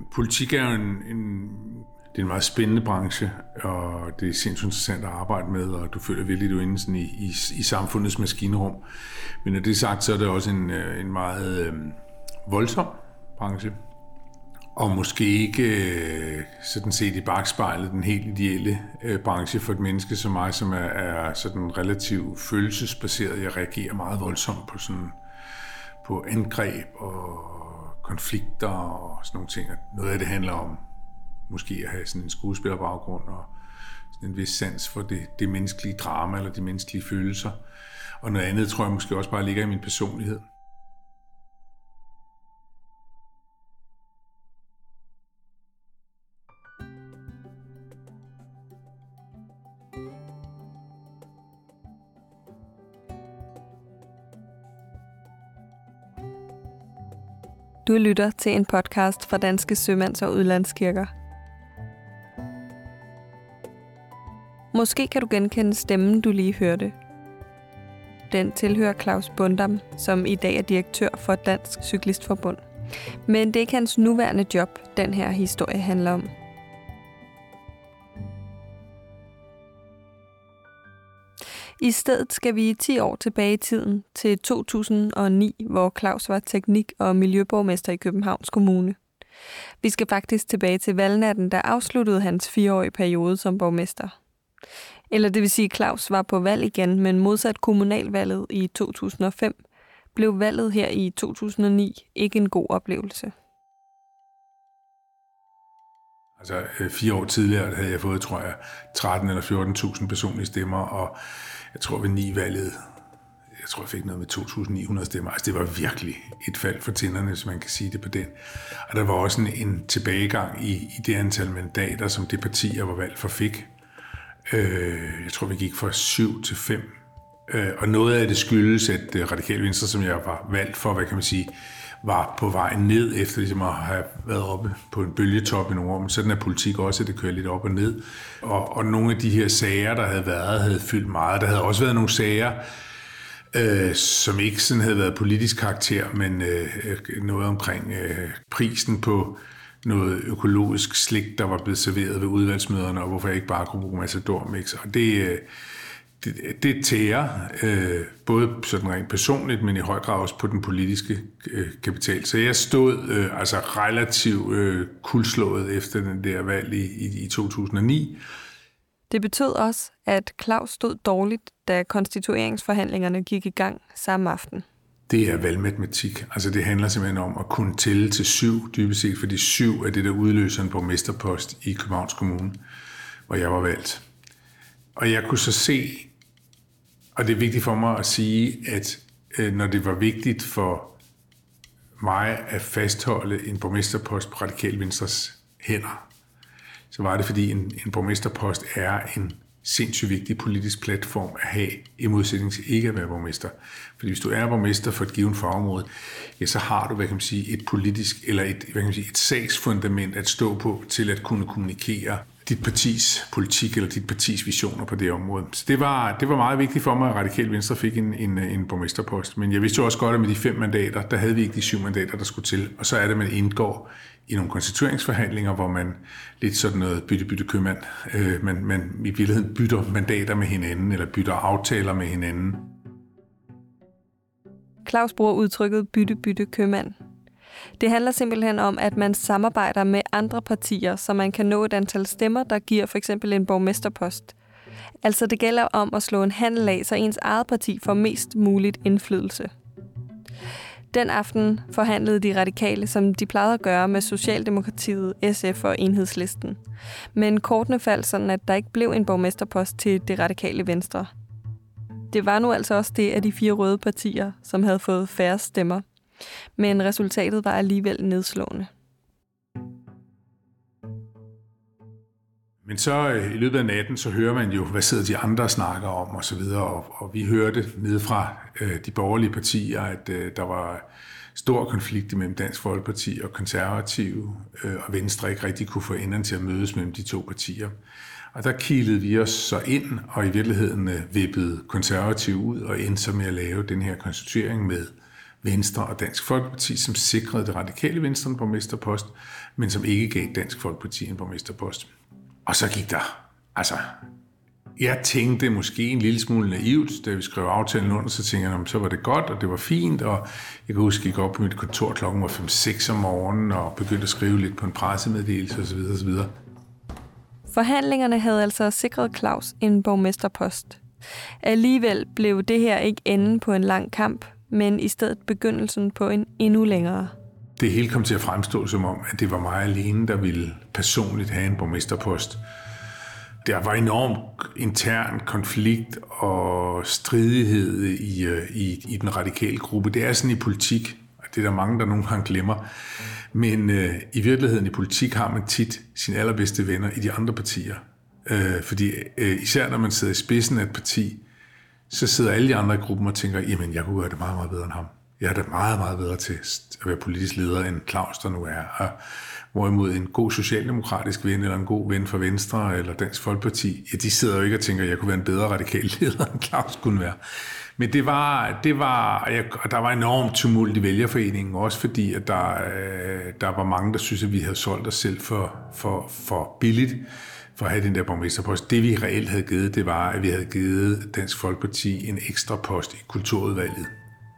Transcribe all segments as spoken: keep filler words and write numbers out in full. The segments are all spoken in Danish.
politik er jo en, en, det er en meget spændende branche, og det er sindssygt interessant at arbejde med, og du føler virkelig, du er inde sådan i, i, i samfundets maskinrum. Men når det er sagt, så er det også en, en meget øh, voldsom branche, og måske ikke øh, sådan set i bagspejlet den helt ideelle øh, branche for et menneske som mig, som er, er sådan relativt følelsesbaseret. Jeg reagerer meget voldsomt på, sådan, på angreb og konflikter og sådan nogle ting. Noget af det handler om måske at have sådan en skuespillerbaggrund og sådan en vis sans for det, det menneskelige drama eller de menneskelige følelser. Og noget andet tror jeg måske også bare ligger i min personlighed. Du lytter til en podcast fra Danske Sømands- og Udlandskirker. Måske kan du genkende stemmen, du lige hørte. Den tilhører Claus Bundam, som i dag er direktør for Dansk Cyklistforbund. Men det er ikke hans nuværende job, den her historie handler om. I stedet skal vi ti år tilbage i tiden til to tusind og ni, hvor Claus var teknik- og miljøborgmester i Københavns Kommune. Vi skal faktisk tilbage til valgnatten, der afsluttede hans fireårige periode som borgmester. Eller det vil sige, at Claus var på valg igen, men modsat kommunalvalget i to tusind og fem, blev valget her i to tusind og ni ikke en god oplevelse. Altså fire år tidligere havde jeg fået, tror jeg, tretten eller fjorten tusind personlige stemmer, og jeg tror ved ni-valget, jeg tror jeg fik noget med to tusind ni hundrede stemmer. Altså det var virkelig et fald for tænderne, hvis man kan sige det på den. Og der var også en, en tilbagegang i, i det antal mandater, som det parti, jeg var valgt for, fik. Øh, jeg tror, vi gik fra syv til fem. Øh, og noget af det skyldes, at Radikale Venstre, som jeg var valgt for, hvad kan man sige, var på vej ned, efter ligesom at have været oppe på en bølgetop i nogle år. Men sådan er politik også, at det kører lidt op og ned. Og, og nogle af de her sager, der havde været, havde fyldt meget. Der havde også været nogle sager, øh, som ikke sådan havde været politisk karakter, men øh, noget omkring øh, prisen på noget økologisk slik, der var blevet serveret ved udvalgsmøderne, og hvorfor jeg ikke bare kunne bruge Matador-mix. Og det... Øh, Det, det tærer øh, både sådan rent personligt, men i høj grad også på den politiske øh, kapital. Så jeg stod øh, altså relativt øh, kuldslået efter den der valg i, i, i to tusind og ni. Det betød også, at Claus stod dårligt, da konstitueringsforhandlingerne gik i gang samme aften. Det er valgmatematik. Altså det handler simpelthen om at kunne tælle til syv, dybest set, fordi syv er det, der udløser en borgmesterpost i Københavns Kommune, hvor jeg var valgt. Og jeg kunne så se, og det er vigtigt for mig at sige, at øh, når det var vigtigt for mig at fastholde en borgmesterpost på Radikale Venstres hænder, så var det fordi en, en borgmesterpost er en sindssygt vigtig politisk platform at have, i modsætning til ikke at være borgmester. Fordi hvis du er borgmester for et givet fagområde, ja, så har du, hvad kan man sige, et politisk, eller et, hvad kan man sige, et sagsfundament at stå på til at kunne kommunikere dit partis politik eller dit partis visioner på det område. Så det var, det var meget vigtigt for mig, at Radikale Venstre fik en, en, en borgmesterpost. Men jeg vidste jo også godt, at med de fem mandater, der havde vi ikke de syv mandater, der skulle til. Og så er det, at man indgår i nogle konstitueringsforhandlinger, hvor man lidt sådan noget bytte-bytte-købmand, øh, man, man i virkeligheden bytter mandater med hinanden, eller bytter aftaler med hinanden. Claus bruger udtrykket bytte-bytte-købmand. Det handler simpelthen om, at man samarbejder med andre partier, så man kan nå et antal stemmer, der giver for eksempel en borgmesterpost. Altså det gælder om at slå en handel af, så ens eget parti får mest muligt indflydelse. Den aften forhandlede de radikale, som de plejede at gøre med Socialdemokratiet, S F og Enhedslisten. Men kortene faldt sådan, at der ikke blev en borgmesterpost til det radikale Venstre. Det var nu altså også det af de fire røde partier, som havde fået færre stemmer. Men resultatet var alligevel nedslående. Men så i løbet af natten, så hører man jo, hvad sidder de andre snakker om og så videre. Og, og vi hørte nede fra øh, de borgerlige partier, at øh, der var stor konflikt mellem Dansk Folkeparti og Konservative, øh, og Venstre ikke rigtig kunne få enderne til at mødes mellem de to partier. Og der kilede vi os så ind, og i virkeligheden øh, vippede Konservative ud og endte så med at lave den her konstituering med Venstre og Dansk Folkeparti, som sikrede det radikale Venstre en borgmesterpost, men som ikke gav Dansk Folkeparti en borgmesterpost. Og så gik der, altså, jeg tænkte måske en lille smule naivt, da vi skrev aftalen under, så tænkte jeg, så var det godt, og det var fint, og jeg kan huske, at jeg gik op på mit kontor klokken var fem seks om morgenen, og begyndte at skrive lidt på en pressemeddelelse osv. osv. Forhandlingerne havde altså sikret Claus en borgmesterpost. Alligevel blev det her ikke enden på en lang kamp, men i stedet begyndelsen på en endnu længere. Det hele kom til at fremstå som om, at det var mig alene, der ville personligt have en borgmesterpost. Der var enorm intern konflikt og stridighed i, i, i den radikale gruppe. Det er sådan i politik, og det er der mange, der nogle gange glemmer. Men øh, i virkeligheden i politik har man tit sine allerbedste venner i de andre partier. Øh, fordi øh, især når man sidder i spidsen af et parti, så sidder alle de andre i gruppen og tænker, jamen jeg kunne gøre det meget, meget bedre end ham. Jeg er da meget, meget bedre til at være politisk leder, end Claus der nu er. Og hvorimod en god socialdemokratisk ven, eller en god ven for Venstre, eller Dansk Folkeparti, ja, de sidder jo ikke og tænker, at jeg kunne være en bedre radikal leder, end Claus kunne være. Men det var, det var, og der var enormt tumult i vælgerforeningen, også fordi, at der, der var mange, der synes, at vi havde solgt os selv for, for, for billigt, for at have den der borgmesterpost. Det vi reelt havde givet, det var, at vi havde givet Dansk Folkeparti en ekstra post i kulturudvalget.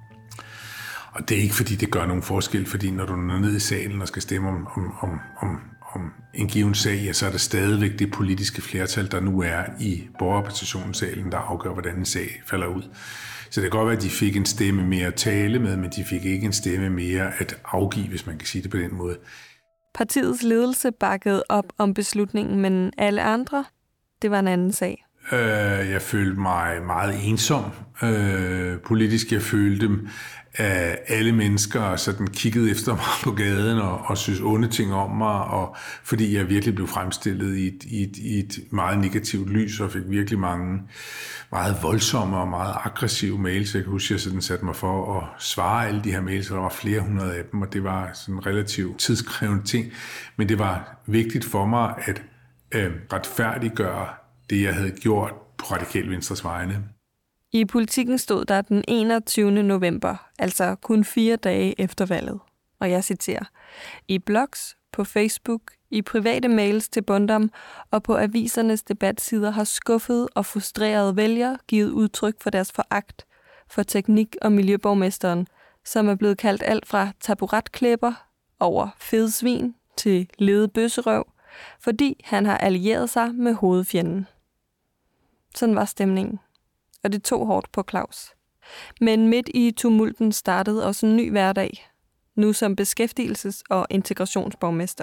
Og det er ikke, fordi det gør nogen forskel, fordi når du er nede i salen og skal stemme om, om, om, om, om en given sag, ja, så er det stadigvæk det politiske flertal, der nu er i borgerrepræsentationssalen, der afgør, hvordan en sag falder ud. Så det kan godt være, at de fik en stemme mere at tale med, men de fik ikke en stemme mere at afgive, hvis man kan sige det på den måde. Partiets ledelse bakkede op om beslutningen, men alle andre, det var en anden sag. Jeg følte mig meget ensom øh, politisk. Jeg følte, at alle mennesker sådan kiggede efter mig på gaden og, og synes onde ting om mig, og fordi jeg virkelig blev fremstillet i et, i et, i et meget negativt lys og fik virkelig mange meget voldsomme og meget aggressive mails. Jeg kan huske, at jeg sådan satte mig for at svare alle de her mails, og der var flere hundrede af dem, og det var sådan relativt tidskrævende ting. Men det var vigtigt for mig at øh, retfærdiggøre det, jeg havde gjort på Radikale Venstres vegne. I Politikken stod der den enogtyvende november, altså kun fire dage efter valget. Og jeg citerer: i blogs, på Facebook, i private mails til Bondam og på avisernes debatsider har skuffede og frustrerede vælgere givet udtryk for deres foragt for teknik- og miljøborgmesteren, som er blevet kaldt alt fra taburetklipper over fede svin til lede bøsserøv, fordi han har allieret sig med hovedfjenden. Sådan var stemningen, og det tog hårdt på Claus. Men midt i tumulten startede også en ny hverdag, nu som beskæftigelses- og integrationsborgmester.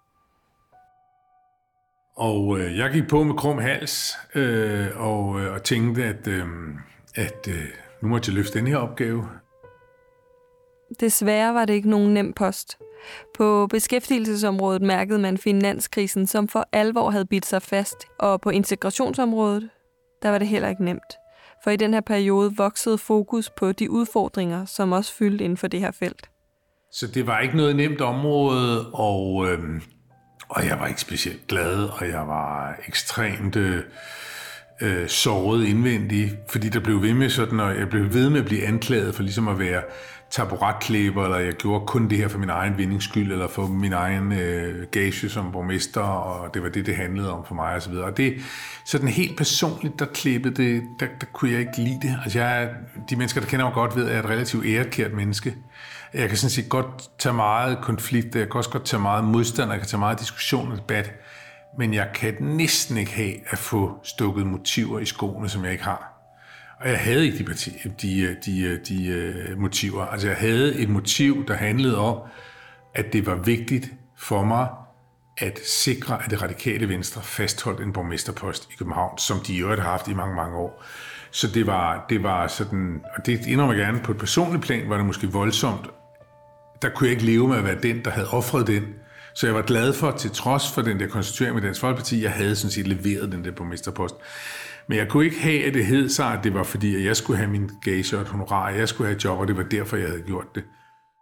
Og øh, jeg gik på med krum hals øh, og, øh, og tænkte, at, øh, at øh, nu måtte jeg løfte den her opgave. Desværre var det ikke nogen nem post. På beskæftigelsesområdet mærkede man finanskrisen, som for alvor havde bidt sig fast, og på integrationsområdet, der var det heller ikke nemt. For i den her periode voksede fokus på de udfordringer, som også fyldte inden for det her felt. Så det var ikke noget nemt område, og, øh, og jeg var ikke specielt glad, og jeg var ekstremt øh, øh, såret indvendigt, fordi der blev ved med sådan, og jeg blev ved med at blive anklaget for ligesom at være taburetklæber, eller jeg gjorde kun det her for min egen vindings skyld, eller for min egen øh, gage som borgmester, og det var det, det handlede om for mig, og så videre. Og det, sådan helt personligt, der klippede det, der, der kunne jeg ikke lide det. Altså jeg, de mennesker, der kender mig godt, ved, at jeg er et relativt ærekært menneske. Jeg kan sådan set godt tage meget konflikt, jeg kan også godt tage meget modstand, jeg kan tage meget diskussion og debat, men jeg kan næsten ikke have at få stukket motiver i skoene, som jeg ikke har. Og jeg havde ikke de, parti, de, de, de, de motiver. Altså jeg havde et motiv, der handlede om, at det var vigtigt for mig at sikre, at det radikale Venstre fastholdt en borgmesterpost i København, som de i øvrigt har haft i mange, mange år. Så det var, det var sådan, og det indrømmer jeg gerne, på et personligt plan var det måske voldsomt. Der kunne jeg ikke leve med at være den, der havde offret den. Så jeg var glad for, til trods for den der konstituering med Dansk Folkeparti, jeg havde sådan set leveret den der borgmesterpost. Men jeg kunne ikke have, at det hed sig, at det var fordi, at jeg skulle have min gage og et honorar, at jeg skulle have et job, og det var derfor, jeg havde gjort det.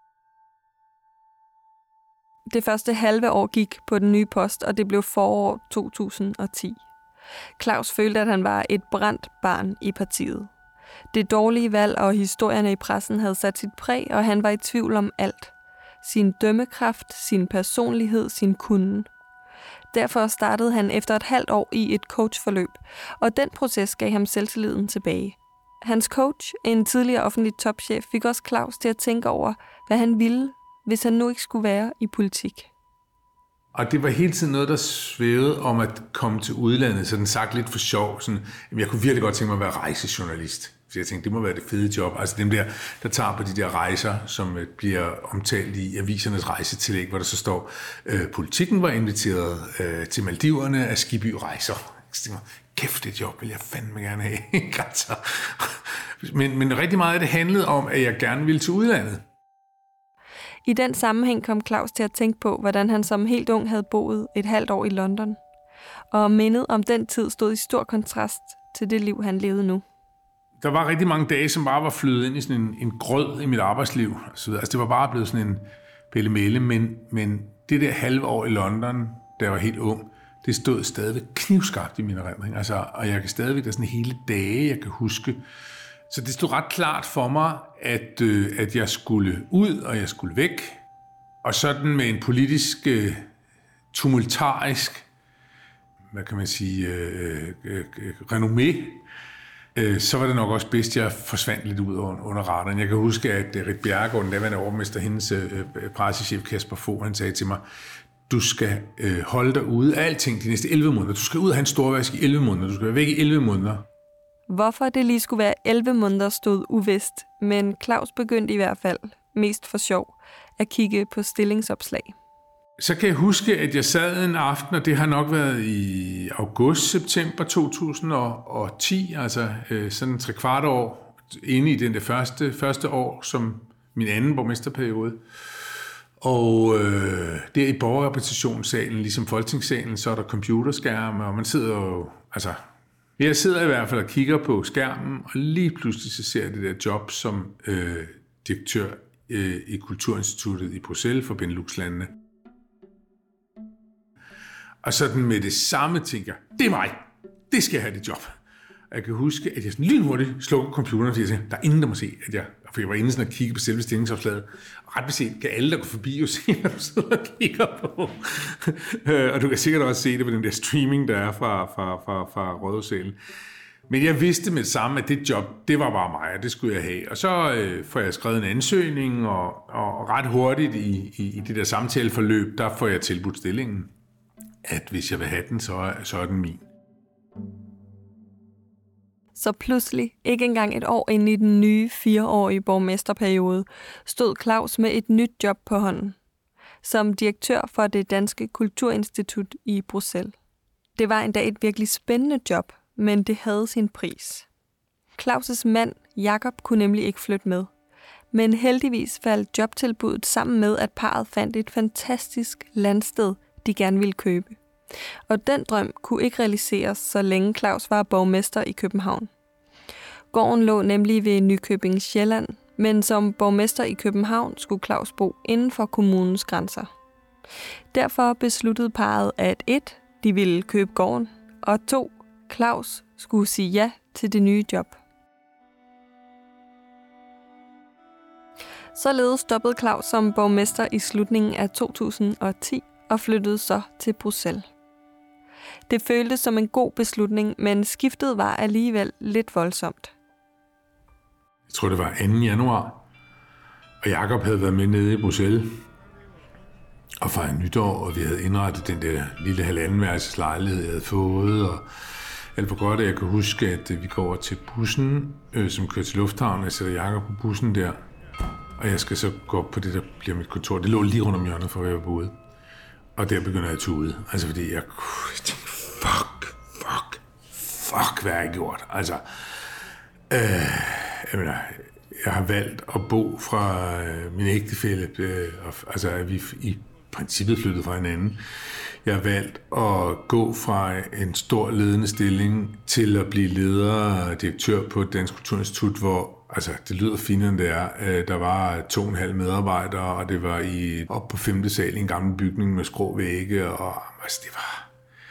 Det første halve år gik på den nye post, og det blev forår to tusind og ti. Claus følte, at han var et brændt barn i partiet. Det dårlige valg og historierne i pressen havde sat sit præg, og han var i tvivl om alt. Sin dømmekraft, sin personlighed, sin kunden. Derfor startede han efter et halvt år i et coachforløb, og den proces gav ham selvtilliden tilbage. Hans coach, en tidligere offentlig topchef, fik også Claus til at tænke over, hvad han ville, hvis han nu ikke skulle være i politik. Og det var hele tiden noget, der svævede om at komme til udlandet, sådan sagt lidt for sjov. Sådan, jamen, jeg kunne virkelig godt tænke mig at være rejsejournalist. Så jeg tænkte, det må være det fede job. Altså dem der, der tager på de der rejser, som bliver omtalt i avisernes rejsetillæg, hvor der så står, øh, politikken var inviteret øh, til Maldiverne af Skibby Rejser. Så tænkte jeg, kæft, det job vil jeg fandme gerne have. men, men rigtig meget af det handlede om, at jeg gerne ville til udlandet. I den sammenhæng kom Claus til at tænke på, hvordan han som helt ung havde boet et halvt år i London. Og mindet om den tid stod i stor kontrast til det liv, han levede nu. Der var rigtig mange dage, som bare var flyttet ind i sådan en, en grød i mit arbejdsliv. Altså, det var bare blevet sådan en pelle-melle, men, men det der halve år i London, da jeg var helt ung, det stod stadigvæk knivskarpt i min erindring. Altså, og jeg kan stadigvæk, der er sådan hele dage, jeg kan huske. Så det stod ret klart for mig, at, øh, at jeg skulle ud, og jeg skulle væk. Og sådan med en politisk, øh, tumultarisk, hvad kan man sige, øh, øh, øh, renommé, øh, så var det nok også bedst, at jeg forsvandt lidt ud under radaren. Jeg kan huske, at Rit Bjerregaard, den daværende overborgmester, hendes øh, pressechef Kasper Fogh, han sagde til mig, du skal øh, holde dig ude af alting de næste elleve måneder. Du skal ud af hans storvask i elleve måneder. Du skal være væk i elleve måneder. Hvorfor det lige skulle være elleve måneder stod uvist, men Claus begyndte i hvert fald, mest for sjov, at kigge på stillingsopslag. Så kan jeg huske, at jeg sad en aften, og det har nok været i august-september to tusind og ti, altså øh, sådan tre kvart år, inde i den der første, første år, som min anden borgmesterperiode. Og øh, der i borgerrepræsentationssalen, ligesom Folketingssalen, så er der computerskærme, og man sidder jo, altså, jeg sidder i hvert fald og kigger på skærmen, og lige pludselig så ser jeg det der job som øh, direktør øh, i Kulturinstituttet i Bruxelles for Benelux-landene. Og sådan med det samme tænker jeg, det er mig, det skal jeg have det job. Og jeg kan huske, at jeg sådan lynhurtigt slukker computeren, fordi jeg tænker, der er ingen, der må se, at jeg, for jeg var inde sådan og kigge på selve stillingsopslaget, og ret beset kan alle, der går forbi, jo se, hvad du sidder og kigger på. Og du kan sikkert også se det på den der streaming, der er fra, fra, fra, fra Rådhussalen. Men jeg vidste med det samme, at det job, det var bare mig, og det skulle jeg have. Og så øh, får jeg skrevet en ansøgning, og, og ret hurtigt i, i, i det der samtaleforløb, der får jeg tilbudt stillingen, at hvis jeg vil have den, så, så er den min. Så pludselig, ikke engang et år inde i den nye fireårige borgmesterperiode, stod Claus med et nyt job på hånden. Som direktør for det danske Kulturinstitut i Bruxelles. Det var endda et virkelig spændende job, men det havde sin pris. Claus' mand, Jakob, kunne nemlig ikke flytte med. Men heldigvis faldt jobtilbuddet sammen med, at parret fandt et fantastisk landsted, de gerne ville købe. Og den drøm kunne ikke realiseres, så længe Claus var borgmester i København. Gården lå nemlig ved Nykøbing Sjælland, men som borgmester i København skulle Claus bo inden for kommunens grænser. Derfor besluttede parret, at et, de ville købe gården, og to, Claus skulle sige ja til det nye job. Således stoppede Claus som borgmester i slutningen af to tusind og ti og flyttede så til Bruxelles. Det føltes som en god beslutning, men skiftet var alligevel lidt voldsomt. Jeg tror, det var anden januar, og Jakob havde været med nede i Bruxelles og fejret nytår, og vi havde indrettet den der lille halvandenværelses lejlighed, jeg havde fået, og alt for godt, at jeg kan huske, at vi går over til bussen, øh, som kører til lufthavnen, og jeg sætter Jakob på bussen der, og jeg skal så gå op på det, der bliver mit kontor. Det lå lige rundt om hjørnet, for at jeg var ude. Og der begynder jeg at tude. Altså, fordi jeg, jeg tænkte, fuck, fuck, fuck, hvad har jeg gjort? Altså, øh, jeg mener, jeg har valgt at bo fra øh, min ægtefælle, øh, altså, at vi i princippet flyttede fra hinanden. Jeg har valgt at gå fra en stor ledende stilling til at blive leder og direktør på Dansk Kulturinstitut, hvor altså, det lyder finere, end det er. Der var to og en halv medarbejdere, og det var i, op på femte sal i en gammel bygning med skrå vægge, og altså, det var...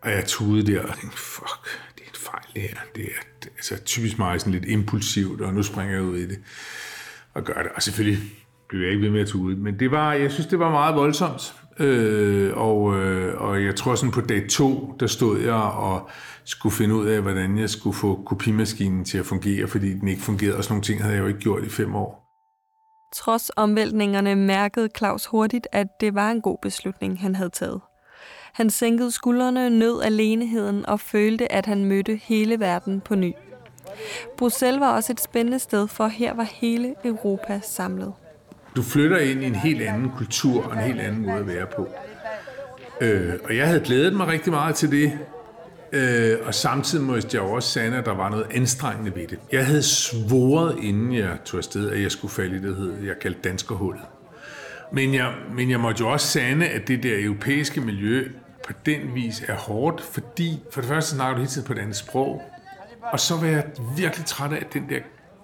Og jeg tudede der og tænkte, fuck, det er en fejl det her. Det er det, altså, typisk meget sådan lidt impulsivt, og nu springer jeg ud i det og gør det. Og selvfølgelig blev jeg ikke ved med at tude, men det var, jeg synes, det var meget voldsomt. Øh, og, øh, og jeg tror sådan på dag to, der stod jeg og skulle finde ud af, hvordan jeg skulle få kopimaskinen til at fungere, fordi den ikke fungerede, og sådan nogle ting havde jeg jo ikke gjort i fem år. Trods omvæltningerne mærkede Claus hurtigt, at det var en god beslutning, han havde taget. Han sænkede skuldrene, nød aleneheden og følte, at han mødte hele verden på ny. Bruxelles var også et spændende sted, for her var hele Europa samlet. Du flytter ind i en helt anden kultur og en helt anden måde at være på. Øh, og jeg havde glædet mig rigtig meget til det. Øh, og samtidig måtte jeg også sande, at der var noget anstrengende ved det. Jeg havde svoret, inden jeg tog afsted, at jeg skulle falde i det, hed, jeg kaldte danskerhullet. Men jeg, men jeg måtte jo også sande, at det der europæiske miljø på den vis er hårdt, fordi for det første snakker du hele tiden på et andet sprog, og så var jeg virkelig træt af, at den der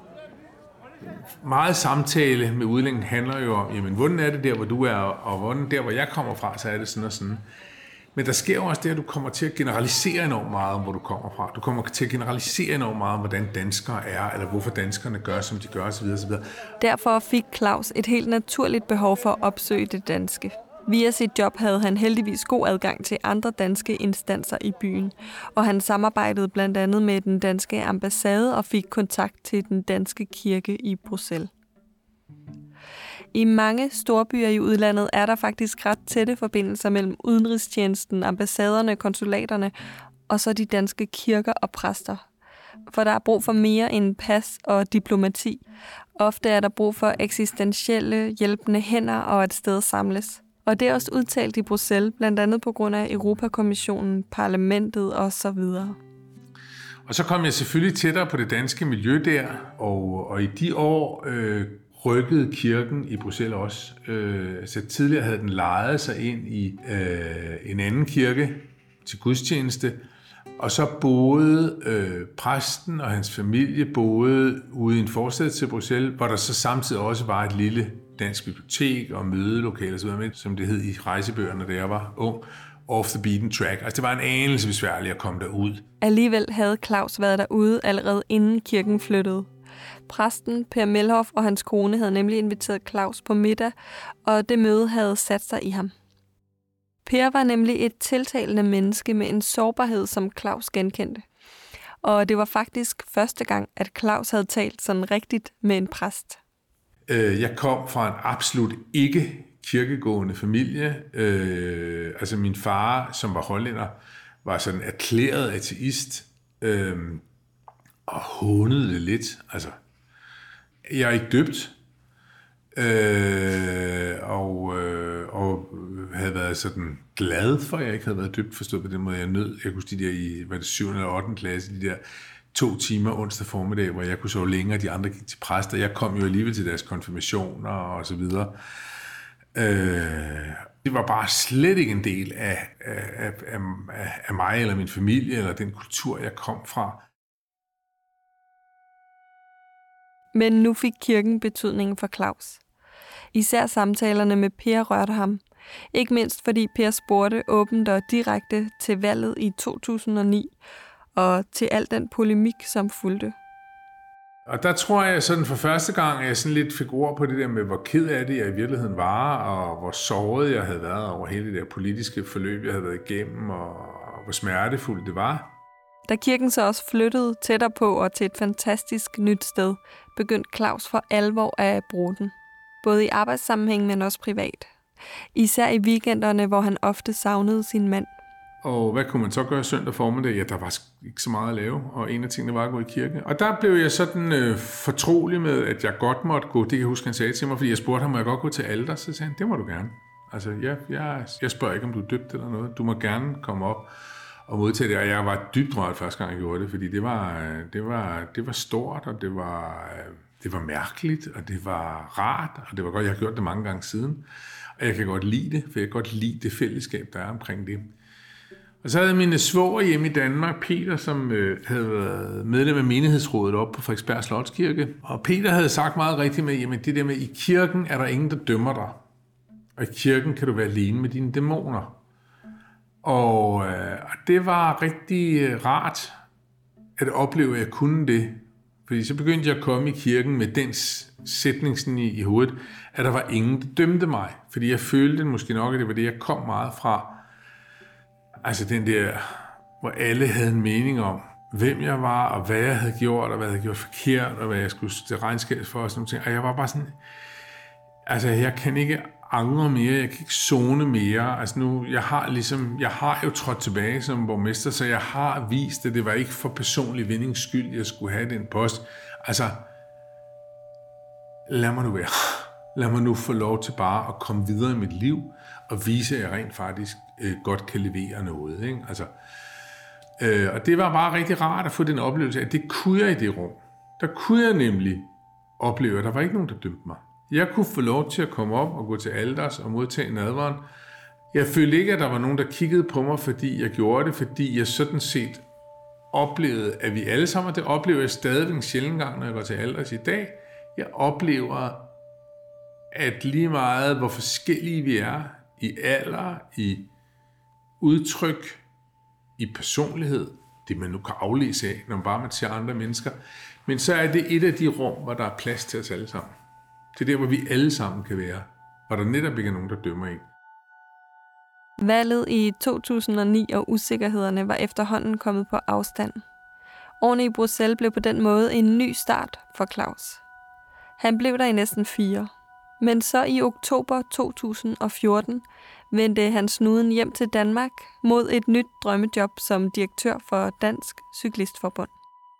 meget samtale med udlændingen handler jo om, jamen, hvordan er det der, hvor du er, og hvordan der, hvor jeg kommer fra, så er det sådan og sådan. Men der sker jo også det, at du kommer til at generalisere enormt meget om, hvor du kommer fra. Du kommer til at generalisere enormt meget om, hvordan danskere er, eller hvorfor danskerne gør, som de gør, osv. osv. Derfor fik Claus et helt naturligt behov for at opsøge det danske. Via sit job havde han heldigvis god adgang til andre danske instanser i byen, og han samarbejdede blandt andet med den danske ambassade og fik kontakt til den danske kirke i Bruxelles. I mange storbyer i udlandet er der faktisk ret tætte forbindelser mellem udenrigstjenesten, ambassaderne, konsulaterne og så de danske kirker og præster. For der er brug for mere end pas og diplomati. Ofte er der brug for eksistentielle, hjælpende hænder og et sted samles. Og det er også udtalt i Bruxelles, blandt andet på grund af Europakommissionen, parlamentet og så videre. Og så kom jeg selvfølgelig tættere på det danske miljø der, og, og i de år øh, rykkede kirken i Bruxelles også. Øh, så tidligere havde den lejet sig ind i øh, en anden kirke til gudstjeneste, og så boede øh, præsten og hans familie boede ude i en forstad til Bruxelles, hvor der så samtidig også var et lille dansk bibliotek og mødelokale og så videre med, som det hed i rejsebøgerne, da jeg var ung, off the beaten track. Altså det var en anelse besværligt at komme derud. Alligevel havde Claus været derude allerede inden kirken flyttede. Præsten Per Melhoff og hans kone havde nemlig inviteret Claus på middag, og det møde havde sat sig i ham. Per var nemlig et tiltalende menneske med en sårbarhed, som Claus genkendte. Og det var faktisk første gang, at Claus havde talt sådan rigtigt med en præst. Jeg kom fra en absolut ikke kirkegående familie. Øh, altså min far, som var hollænder, var sådan erklæret ateist øh, og hånede det lidt. Altså, jeg er ikke døbt, øh, og, øh, og havde været sådan glad for, at jeg ikke havde været døbt, forstået på den måde, jeg nød. Jeg kunne huske de der i, var det syvende eller ottende klasse, de der to timer onsdag formiddag, hvor jeg kunne sove længere, de andre gik til præster. Jeg kom jo alligevel til deres konfirmationer og så videre. Øh, det var bare slet ikke en del af, af, af, af mig eller min familie, eller den kultur, jeg kom fra. Men nu fik kirken betydningen for Claus. Især samtalerne med Per rørte ham. Ikke mindst fordi Per spurgte åbent og direkte til valget i to tusind og ni, og til al den polemik, som fulgte. Og der tror jeg sådan for første gang, at jeg sådan lidt fik ord på det der med, hvor ked af det jeg i virkeligheden var, og hvor såret jeg havde været over hele det der politiske forløb, jeg havde været igennem, og hvor smertefuldt det var. Da kirken så også flyttede tættere på og til et fantastisk nyt sted, begyndte Claus for alvor at bruge den. Både i arbejdssammenhæng, men også privat. Især i weekenderne, hvor han ofte savnede sin mand. Og hvad kunne man så gøre søndag formiddag? Ja, der var ikke så meget at lave, og en af tingene var at gå i kirke. Og der blev jeg sådan øh, fortrolig med, at jeg godt måtte gå. Det kan jeg huske, han sagde til mig, fordi jeg spurgte ham, må jeg godt gå til alter? Så sagde han, det må du gerne. Altså, jeg, jeg, jeg spørger ikke, om du er døbt eller noget. Du må gerne komme op og modtage det. Og jeg var dybt rørt første gang, jeg gjorde det, fordi det var, det var, det var stort, og det var, det var mærkeligt, og det var rart, og det var godt. Jeg har gjort det mange gange siden. Og jeg kan godt lide det, for jeg kan godt lide det fællesskab, der er omkring det. Og så havde mine svoger hjemme i Danmark, Peter, som øh, havde været medlem af menighedsrådet oppe på Frederiksberg Slotskirke. Og Peter havde sagt meget rigtigt med, jamen det der med, i kirken er der ingen, der dømmer dig. Og i kirken kan du være alene med dine dæmoner. Og øh, det var rigtig øh, rart at opleve, at jeg kunne det. Fordi så begyndte jeg at komme i kirken med den sætning sådan i, i hovedet, at der var ingen, der dømte mig. Fordi jeg følte måske nok, at det var det, jeg kom meget fra. Altså den der, hvor alle havde en mening om, hvem jeg var, og hvad jeg havde gjort, og hvad jeg havde gjort forkert, og hvad jeg skulle til regnskab for, og sådan noget. Og jeg var bare sådan, altså jeg kan ikke angre mere, jeg kan ikke zone mere. Altså nu, jeg har ligesom, jeg har jo trådt tilbage som borgmester, så jeg har vist, at det var ikke for personlig vindings skyld, jeg skulle have den post. Altså, lad mig nu være. Lad mig nu få lov til bare at komme videre i mit liv, og vise, at jeg rent faktisk øh, godt kan levere noget, ikke? Altså, øh, og det var bare rigtig rart at få den oplevelse, at det kunne jeg i det rum. Der kunne jeg nemlig opleve, at der var ikke nogen, der dømte mig. Jeg kunne få lov til at komme op og gå til alters og modtage nadveren. Jeg følte ikke, at der var nogen, der kiggede på mig, fordi jeg gjorde det, fordi jeg sådan set oplevede, at vi alle sammen, og det oplever jeg stadig en sjældent gang, når jeg går til alters i dag, jeg oplever, at lige meget, hvor forskellige vi er i alder, i udtryk, i personlighed, det man nu kan aflæse af, når man bare man ser andre mennesker, men så er det et af de rum, hvor der er plads til os alle sammen. Det er der, hvor vi alle sammen kan være, hvor der netop ikke er nogen, der dømmer en. Valget i to tusind og ni og usikkerhederne var efterhånden kommet på afstand. Årene i Bruxelles blev på den måde en ny start for Claus. Han blev der i næsten fire. Men så i oktober to tusind og fjorten vendte han snuden hjem til Danmark mod et nyt drømmejob som direktør for Dansk Cyklistforbund.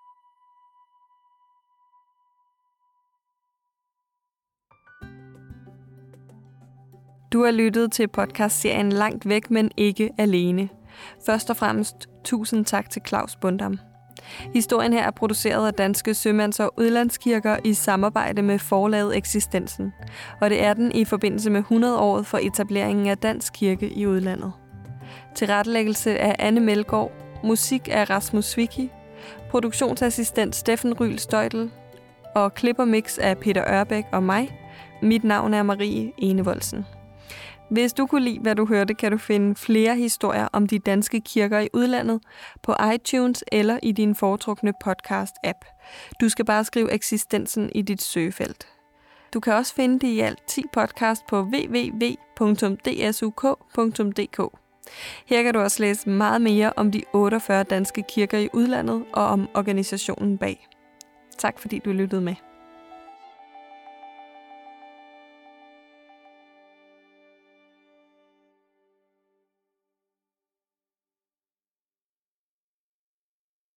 Du har lyttet til podcastserien Langt væk, men ikke alene. Først og fremmest tusind tak til Claus Bundam. Historien her er produceret af Danske Sømands- og Udlandskirker i samarbejde med forlaget Eksistensen, og det er den i forbindelse med hundrede-året for etableringen af Dansk Kirke i udlandet. Tilrettelæggelse af Anne Melgaard, musik af Rasmus Svicki, produktionsassistent Steffen Ryl Støjtel og klip og mix af Peter Ørbæk og mig. Mit navn er Marie Enevoldsen. Hvis du kunne lide, hvad du hørte, kan du finde flere historier om de danske kirker i udlandet på iTunes eller i din foretrukne podcast-app. Du skal bare skrive Eksistensen i dit søgefelt. Du kan også finde de i alt ti podcast på w w w punktum d s u k punktum d k. Her kan du også læse meget mere om de otteogfyrre danske kirker i udlandet og om organisationen bag. Tak fordi du lyttede med.